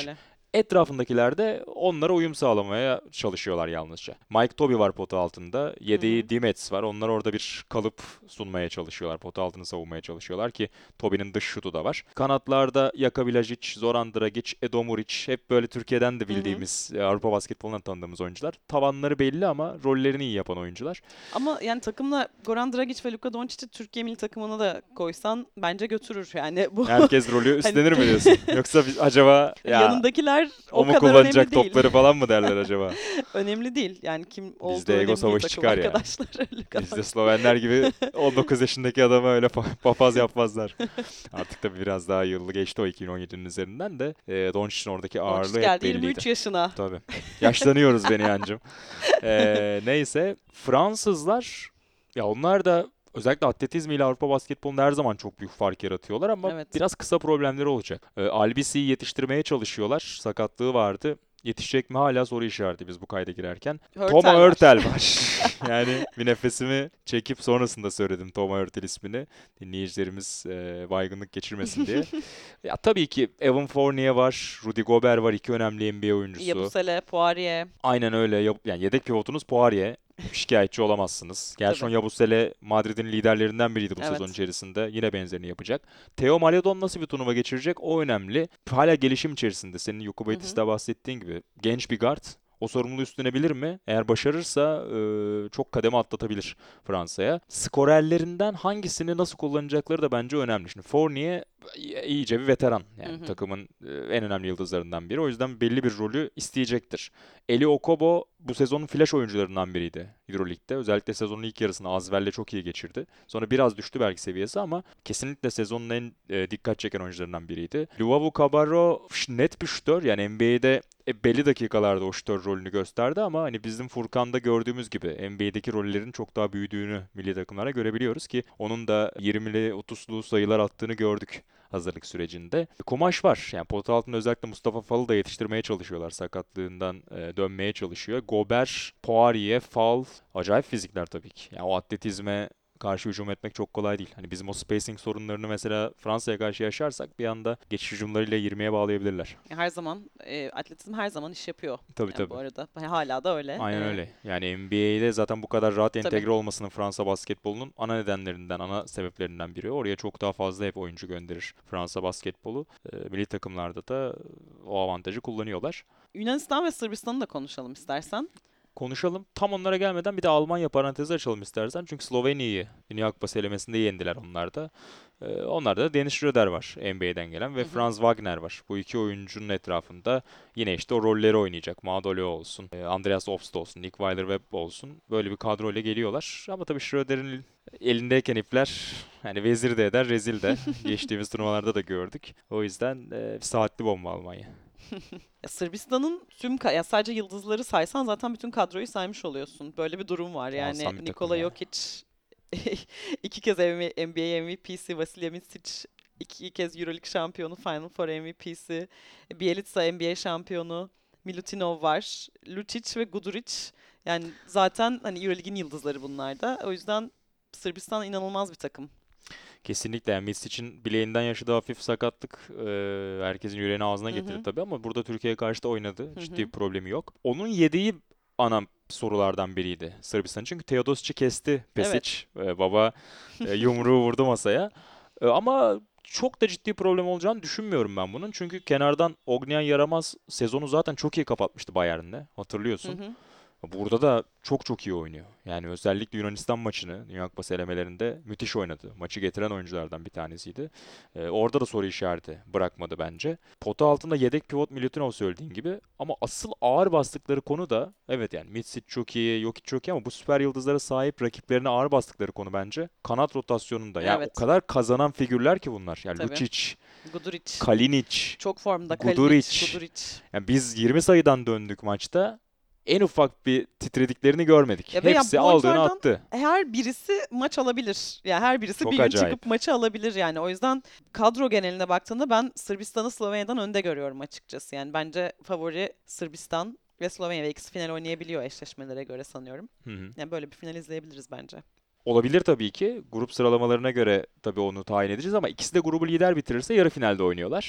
Etrafındakiler de onlara uyum sağlamaya çalışıyorlar yalnızca. Mike Tobey var pota altında. Hı hı. Yedeği Dimets var. Onlar orada bir kalıp sunmaya çalışıyorlar. Pota altını savunmaya çalışıyorlar ki Tobey'nin dış şutu da var. Kanatlarda Jaka Blažić, Zoran Dragic, Edo Murić, hep böyle Türkiye'den de Hı hı. bildiğimiz, Avrupa basketbolundan tanıdığımız oyuncular. Tavanları belli ama rollerini iyi yapan oyuncular. Ama yani takımla Goran Dragic ve Luka Doncic'i Türkiye milli takımına da koysan bence götürür. Yani bu Herkes rolü hani üstlenir mi diyorsun? Yoksa acaba hani ya yanındakiler o o mu kadar önemli kullanacak değil. topları falan mı derler acaba? Önemli değil. Yani kim olduğu Bizde ego önemli değil savaşı takım çıkar ya. arkadaşları. Luka Bizde Doncic. Slovenler gibi 19 yaşındaki adama öyle papaz yapmazlar. Artık tabii biraz daha yıllı geçti o 2017'nin üzerinden de. Doncic'in oradaki Doncic ağırlığı hep geldi belliydi. 23 yaşına. Tabii. Yaşlanıyoruz beni yancım. Neyse. Fransızlar ya onlar da özellikle atletizmiyle Avrupa basketbolunda her zaman çok büyük fark yaratıyorlar ama Evet. biraz kısa problemleri olacak. Albisi'yi yetiştirmeye çalışıyorlar. Sakatlığı vardı. Yetişecek mi hala soru işareti biz bu kayda girerken. Toma Hurtel var. Hurtel var. Yani bir nefesimi çekip sonrasında söyledim Toma Hurtel ismini. Dinleyicilerimiz baygınlık geçirmesin diye. Ya tabii ki Evan Fournier var, Rudy Gobert var, iki önemli NBA oyuncusu. Yabusele, Poirier. Aynen öyle. Yani yedek pivotunuz Poirier. Şikayetçi olamazsınız. Tabii. Gershon Yabusele Madrid'in liderlerinden biriydi bu sezon Evet. içerisinde. Yine benzerini yapacak. Theo Maledon nasıl bir turnuva geçirecek? O önemli. Hala gelişim içerisinde. Senin Hı hı. Yukubaitis'te bahsettiğin gibi. Genç bir guard. O sorumluluğu üstlenebilir mi? Eğer başarırsa çok kademe atlatabilir Fransa'ya. Skorerlerinden hangisini nasıl kullanacakları da bence önemli. Şimdi Fournier iyice bir veteran. Hı Yani hı. takımın en önemli yıldızlarından biri. O yüzden belli bir rolü isteyecektir. Eli Okobo bu sezonun flash oyuncularından biriydi Euroleague'de. Özellikle sezonun ilk yarısını Azvel'le çok iyi geçirdi. Sonra biraz düştü belki seviyesi ama kesinlikle sezonun en dikkat çeken oyuncularından biriydi. Luvavu Cabarro net bir şütör. Yani NBA'de belli dakikalarda o şütör rolünü gösterdi ama hani bizim Furkan'da gördüğümüz gibi NBA'deki rollerin çok daha büyüdüğünü milli takımlara görebiliyoruz ki onun da 20'li 30'lu sayılar attığını gördük hazırlık sürecinde. Kumaş var. Yani pot altında özellikle Mustafa Fal'ı da yetiştirmeye çalışıyorlar. Sakatlığından dönmeye çalışıyor. Gobert, Poirier, Fall. Acayip fizikler tabii ki. Yani o atletizme karşı hücum etmek çok kolay değil. Hani bizim o spacing sorunlarını mesela Fransa'ya karşı yaşarsak bir anda geçiş hücumlarıyla 20'ye bağlayabilirler. Her zaman atletizm her zaman iş yapıyor. Tabii Yani tabii. bu arada hala da öyle. Aynen öyle. Yani NBA'de zaten bu kadar rahat Tabii. entegre olmasının Fransa basketbolunun ana nedenlerinden, ana sebeplerinden biri. Oraya çok daha fazla hep oyuncu gönderir Fransa basketbolu. Milli takımlarda da o avantajı kullanıyorlar. Yunanistan ve Sırbistan'ı da konuşalım istersen. Konuşalım. Tam onlara gelmeden bir de Almanya parantezi açalım istersen. Çünkü Slovenya'yı Dünya Kupası elemesinde yendiler onlar da. Onlarda da Dennis Schröder var NBA'den gelen Hı ve hı. Franz Wagner var. Bu iki oyuncunun etrafında yine işte o rolleri oynayacak. Madolo olsun, Andreas Obst olsun, Nick Weiler-Webb olsun. Böyle bir kadroyla geliyorlar. Ama tabii Schröder'in elindeyken ipler hani vezir de eder, rezil de. Geçtiğimiz turnuvalarda da gördük. O yüzden saatli bomba Almanya. Sırbistan'ın ya sadece yıldızları saysan zaten bütün kadroyu saymış oluyorsun. Böyle bir durum var. Yani Muazzam bir takım Nikola ya. Jokic iki kez NBA MVP'si, Vasilya Micic iki kez EuroLeague şampiyonu, Final Four MVP'si, Bjelica NBA şampiyonu, Milutinov var, Lucic ve Guduric. Yani zaten hani EuroLeague'in yıldızları bunlar da. O yüzden Sırbistan inanılmaz bir takım. Kesinlikle yani Messi için bileğinden yaşadığı hafif sakatlık herkesin yüreğini ağzına Hı getirdi hı. tabii ama burada Türkiye'ye karşı da oynadı. Hı Ciddi hı. bir problemi yok. Onun yediği ana sorulardan biriydi Sırbistan. Çünkü Teodosic'i kesti Pesic. Evet. Baba yumruğu vurdu masaya. Ama çok da ciddi problem olacağını düşünmüyorum ben bunun. Çünkü kenardan Ognjen Yaramaz sezonu zaten çok iyi kapatmıştı Bayern'le. Hı Hatırlıyorsun. hı. Burada da çok çok iyi oynuyor. Yani özellikle Yunanistan maçını Dünya Kupası elemelerinde müthiş oynadı. Maçı getiren oyunculardan bir tanesiydi. Orada da soru işareti bırakmadı bence. Pota altında yedek pivot Milutinov söylediğin gibi. Ama asıl ağır bastıkları konu da evet yani Mitsic çok iyi, Jokic çok iyi ama bu süper yıldızlara sahip rakiplerine ağır bastıkları konu bence kanat rotasyonunda. Yani o Evet. kadar kazanan figürler ki bunlar. Yani Tabii. Lucic, Guduric. Kalinic, Çok formda. Kalinic, Guduric. Guduric. Yani biz 20 sayıdan döndük maçta. En ufak bir titrediklerini görmedik. Ya veya Hepsi bu aldığını oyunculardan attı. her birisi maç alabilir. Yani her birisi bir Çok gün acayip. çıkıp maçı alabilir yani. O yüzden kadro geneline baktığında ben Sırbistan'ı Slovenya'dan önde görüyorum açıkçası. Yani bence favori Sırbistan ve Slovenya ve ikisi final oynayabiliyor eşleşmelere göre sanıyorum. Hı hı. Yani böyle bir final izleyebiliriz bence. Olabilir tabii ki. Grup sıralamalarına göre tabii onu tayin edeceğiz ama ikisi de grubu lider bitirirse yarı finalde oynuyorlar.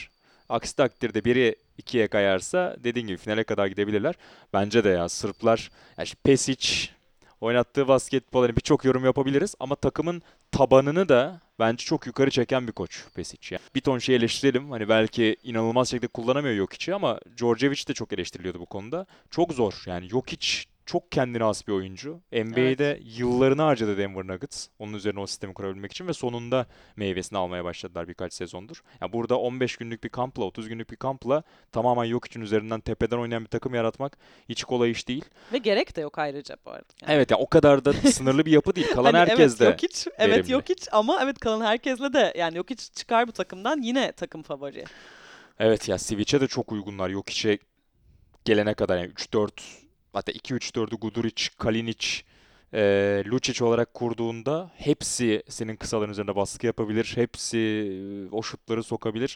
Aksi takdirde biri ikiye kayarsa dediğin gibi finale kadar gidebilirler. Bence de ya Sırplar, yani işte Pesic oynattığı basketbol, hani birçok yorum yapabiliriz ama takımın tabanını da bence çok yukarı çeken bir koç Pesic. Yani bir ton şey eleştirelim. Hani belki inanılmaz şekilde kullanamıyor Jokic'i ama Djordjevic de çok eleştiriliyordu bu konuda. Çok zor. Yani Jokic çok kendine has bir oyuncu. Evet. NBA'de yıllarını harcadı Denver Nuggets. Onun üzerine o sistemi kurabilmek için ve sonunda meyvesini almaya başladılar birkaç sezondur. Yani burada 15 günlük bir kampla, 30 günlük bir kampla tamamen Jokic'in üzerinden tepeden oynayan bir takım yaratmak hiç kolay iş değil. Ve gerek de yok ayrıca bu arada. Yani. Evet ya, o kadar da sınırlı bir yapı değil. Kalan Hani herkes evet de Jokic, evet verimli. Jokic ama evet kalan herkesle de yani Jokic çıkar bu takımdan yine takım favori. Evet ya, Sivic'e de çok uygunlar. Jokic'e gelene kadar yani 3-4, hatta 2-3-4'ü Guduric, Kalinic, Lucic olarak kurduğunda hepsi senin kısaların üzerinde baskı yapabilir. Hepsi o şutları sokabilir.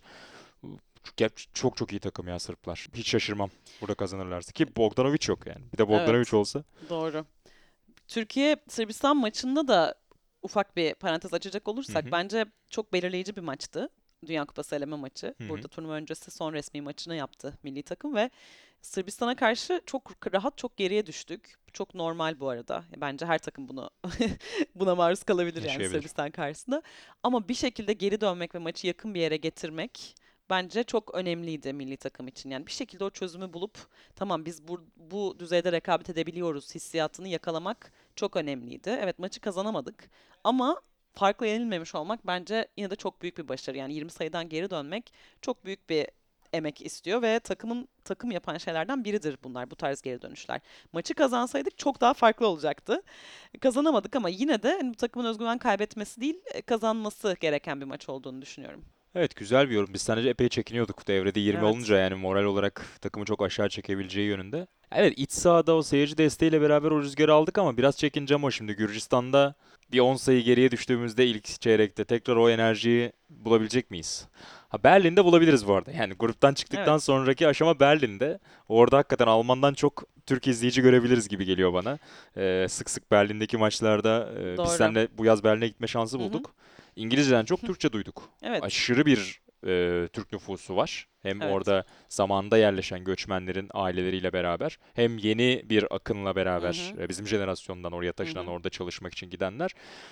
Çok çok iyi takım ya Sırplar. Hiç şaşırmam burada kazanırlarsa. Ki Bogdanovic yok yani. Bir de Bogdanovic Evet, olsa. doğru. Türkiye Sırbistan maçında da ufak bir parantez açacak Hı olursak hı. bence çok belirleyici bir maçtı. Dünya Kupası eleme maçı. Hı hı. Burada turnuva öncesi son resmi maçını yaptı milli takım ve Sırbistan'a karşı çok rahat, çok geriye düştük. Çok normal bu arada. Bence her takım bunu buna maruz kalabilir yani Yaşayabilir. Sırbistan karşısında. Ama bir şekilde geri dönmek ve maçı yakın bir yere getirmek bence çok önemliydi milli takım için. Yani bir şekilde o çözümü bulup tamam biz bu düzeyde rekabet edebiliyoruz hissiyatını yakalamak çok önemliydi. Evet maçı kazanamadık ama farklı yenilmemiş olmak bence yine de çok büyük bir başarı. Yani 20 sayıdan geri dönmek çok büyük bir emek istiyor ve takım yapan şeylerden biridir bunlar, bu tarz geri dönüşler. Maçı kazansaydık çok daha farklı olacaktı. Kazanamadık ama yine de hani bu takımın özgüven kaybetmesi değil, kazanması gereken bir maç olduğunu düşünüyorum. Evet, güzel bir yorum. Biz sadece epey çekiniyorduk devrede 20 Evet. olunca, yani moral olarak takımı çok aşağı çekebileceği yönünde. Evet, iç sahada o seyirci desteğiyle beraber o rüzgarı aldık ama biraz çekincem o şimdi. Gürcistan'da bir 10 sayı geriye düştüğümüzde ilk çeyrekte tekrar o enerjiyi bulabilecek miyiz? Ha, Berlin'de bulabiliriz bu arada. Yani gruptan çıktıktan Evet. sonraki aşama Berlin'de. Orada hakikaten Alman'dan çok Türk izleyici görebiliriz gibi geliyor bana. Sık sık Berlin'deki maçlarda biz Doğru. seninle bu yaz Berlin'e gitme şansı Hı hı. bulduk. İngilizceden çok Türkçe duyduk. Evet. Aşırı bir Türk nüfusu var. Hem Evet. orada zamanında yerleşen göçmenlerin aileleriyle beraber, hem yeni bir akınla Hı beraber hı. bizim jenerasyondan oraya Hı taşınan, hı. orada çalışmak için gidenler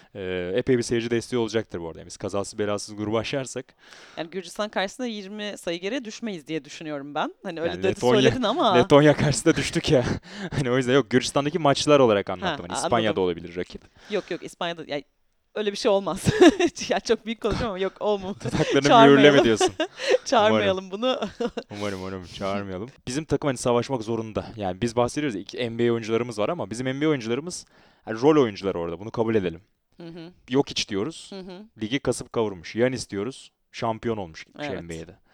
epey bir seyirci desteği olacaktır bu arada. Yani biz kazasız belasız grubu aşarsak, Yani Gürcistan karşısında 20 sayı geriye düşmeyiz diye düşünüyorum ben. Hani öyle yani dedi söyledin ama Letonya karşısında düştük ya. Hani o yüzden yok, Gürcistan'daki maçlar olarak ha anlattım. Hani İspanya'da anladım. olabilir rakip. Yok yok İspanya'da ya öyle bir şey olmaz. Ya çok büyük konuşuyorum ama yok olmu. Dudaklarını mühürleme Çağırmayalım. diyorsun. Umarım. Çağırmayalım bunu. Umarım çağırmayalım. Bizim takım hani savaşmak zorunda. Yani biz bahsediyoruz ya, NBA oyuncularımız var ama bizim NBA oyuncularımız hani rol oyuncuları orada. Bunu kabul edelim. Hı hı. Jokic diyoruz. Hı hı. Ligi kasıp kavurmuş. Giannis diyoruz. Şampiyon olmuş, gitmiş Evet. NBA'de.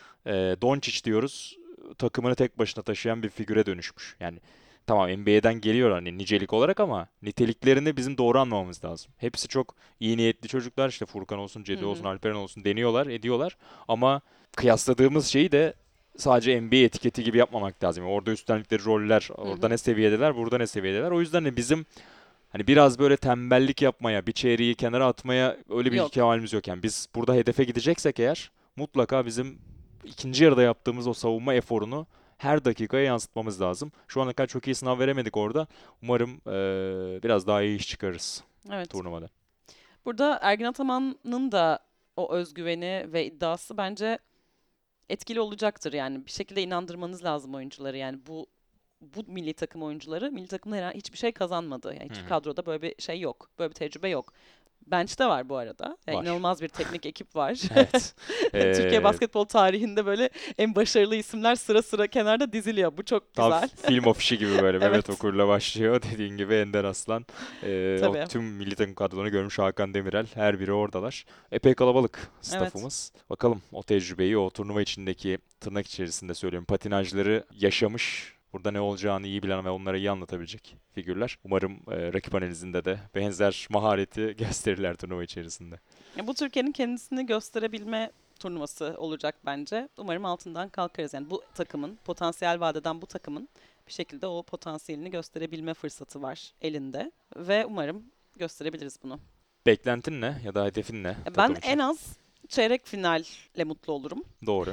Doncic diyoruz. Takımını tek başına taşıyan bir figüre dönüşmüş. Yani tamam, NBA'den geliyor hani nicelik olarak ama niteliklerini bizim doğru anlamamız lazım. Hepsi çok iyi niyetli çocuklar. İşte Furkan olsun, Hı Cedi olsun, hı. Alperen olsun, deniyorlar, ediyorlar. Ama kıyasladığımız şeyi de sadece NBA etiketi gibi yapmamak lazım. Yani orada üstlendikleri roller, Hı orada ne hı. seviyedeler, burada ne seviyedeler. O yüzden de bizim hani biraz böyle tembellik yapmaya, bir çeyreği kenara atmaya öyle bir Yok. ihtimalimiz yok. Yani biz burada hedefe gideceksek eğer, mutlaka bizim ikinci yarıda yaptığımız o savunma eforunu her dakikaya yansıtmamız lazım. Şu ana kadar çok iyi sınav veremedik orada. Umarım biraz daha iyi iş çıkarırız Evet. turnuvada. Burada Ergin Ataman'ın da o özgüveni ve iddiası bence etkili olacaktır yani. Bir şekilde inandırmanız lazım oyuncuları. Yani bu milli takım oyuncuları milli takımda hiçbir şey kazanmadı. Yani Hı hiçbir hı. kadroda böyle bir şey yok. Böyle bir tecrübe yok. Bench'te var bu arada. Yani Var. inanılmaz bir teknik ekip var. Evet. Türkiye Eee, basketbol tarihinde böyle en başarılı isimler sıra sıra kenarda diziliyor. Bu çok Tam güzel. film afişi gibi böyle Mehmet Evet, Okur'la başlıyor. Dediğin gibi Ender Aslan. O tabii. tüm milli takım kadrolarını görmüş, Hakan Demirel. Her biri oradalar. Epey kalabalık Evet. staffımız. Bakalım o tecrübeyi, o turnuva içindeki, tırnak içerisinde söylüyorum, patinajları yaşamış, burada ne olacağını iyi bilen ve onlara iyi anlatabilecek figürler. Umarım rakip analizinde de benzer mahareti gösterirler turnuva içerisinde. Ya bu Türkiye'nin kendisini gösterebilme turnuvası olacak bence. Umarım altından kalkarız. Yani bu takımın, potansiyel vadeden bu takımın bir şekilde o potansiyelini gösterebilme fırsatı var elinde. Ve umarım gösterebiliriz bunu. Beklentin ne ya da hedefin ne Ben takım için? en az çeyrek finalle mutlu olurum. Doğru.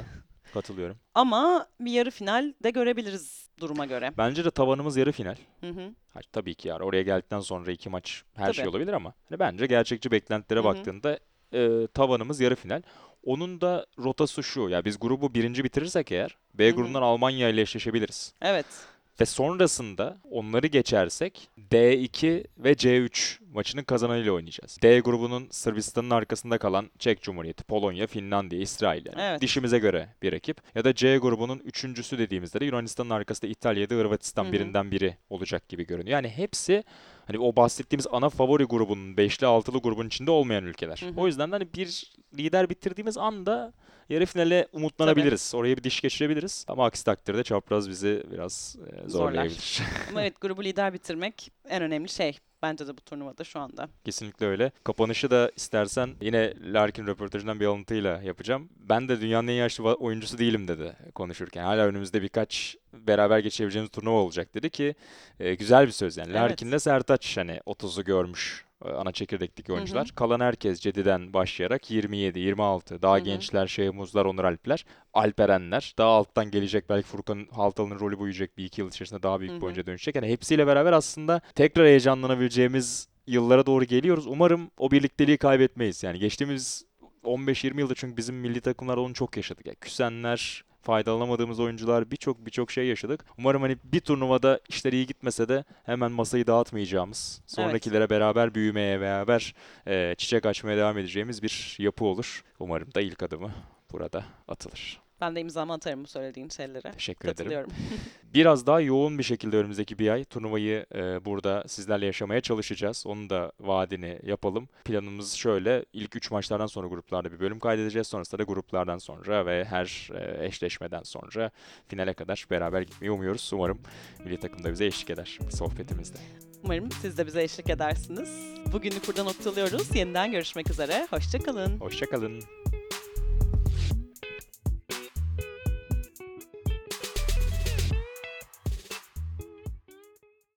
Katılıyorum. Ama bir yarı final de görebiliriz duruma göre. Bence de tavanımız yarı final. Hı hı. Ha, tabii ki yani oraya geldikten sonra 2 maç her şey Tabii. olabilir ama hani bence gerçekçi beklentilere Hı hı. baktığında tavanımız yarı final. Onun da rotası şu. Ya biz grubu birinci bitirirsek eğer B Hı hı. grubundan Almanya ile eşleşebiliriz. Evet. Ve sonrasında onları geçersek D2 ve C3 maçının kazananıyla oynayacağız. D grubunun Sırbistan'ın arkasında kalan Çek Cumhuriyeti, Polonya, Finlandiya, İsrail yani Evet. dişimize göre bir rakip. Ya da C grubunun üçüncüsü dediğimizde de Yunanistan'ın arkasında İtalya ya da Hırvatistan Hı hı. birinden biri olacak gibi görünüyor. Yani hepsi hani o bahsettiğimiz ana favori grubunun, beşli altılı grubun içinde olmayan ülkeler. Hı O hı. yüzden de hani bir lider bitirdiğimiz anda yarı finale Tabii. umutlanabiliriz. Oraya bir diş geçirebiliriz. Ama aksi takdirde çapraz bizi biraz Zorlar. zorlayabilir. Ama evet, grubu lider bitirmek en önemli şey. Bence de bu turnuvada şu anda. Kesinlikle öyle. Kapanışı da istersen yine Larkin röportajından bir alıntıyla yapacağım. Ben de dünyanın en yaşlı oyuncusu değilim dedi konuşurken. Hala önümüzde birkaç beraber geçebileceğimiz turnuva olacak dedi ki güzel bir söz yani. Evet. Larkin'le Sertaç hani 30'u görmüş ana çekirdekteki Hı hı. oyuncular. Kalan herkes Cedi'den başlayarak 27, 26, Hı daha hı. gençler Şehmuzlar, Onur Alpler, Alperenler. Daha alttan gelecek belki Furkan Haltalı'nın rolü boyayacak bir iki yıl içerisinde daha Hı büyük bir hı. oyuncuya dönüşecek. Yani hepsiyle beraber aslında tekrar heyecanlanabileceğimiz yıllara doğru geliyoruz. Umarım o birlikteliği kaybetmeyiz. Yani geçtiğimiz 15-20 yılda çünkü bizim milli takımlar onu çok yaşadık. Yani küsenler, faydalanamadığımız oyuncular birçok şey yaşadık. Umarım hani bir turnuvada işler iyi gitmese de hemen masayı dağıtmayacağımız, Evet. sonrakilere beraber büyümeye, beraber çiçek açmaya devam edeceğimiz bir yapı olur. Umarım da ilk adımı burada atılır. Ben de imzamı atarım bu söylediğin şeylere. Teşekkür ederim. Katılıyorum. Biraz daha yoğun bir şekilde önümüzdeki bir ay turnuvayı burada sizlerle yaşamaya çalışacağız. Onun da vaadini yapalım. Planımız şöyle. İlk 3 maçlardan sonra gruplarda bir bölüm kaydedeceğiz. Sonrasında da gruplardan sonra ve her eşleşmeden sonra finale kadar beraber gitmeyi umuyoruz. Umarım milli takım da bize eşlik eder sohbetimizde. Umarım siz de bize eşlik edersiniz. Bugünlük burada noktalıyoruz. Yeniden görüşmek üzere. Hoşça kalın. Hoşça kalın.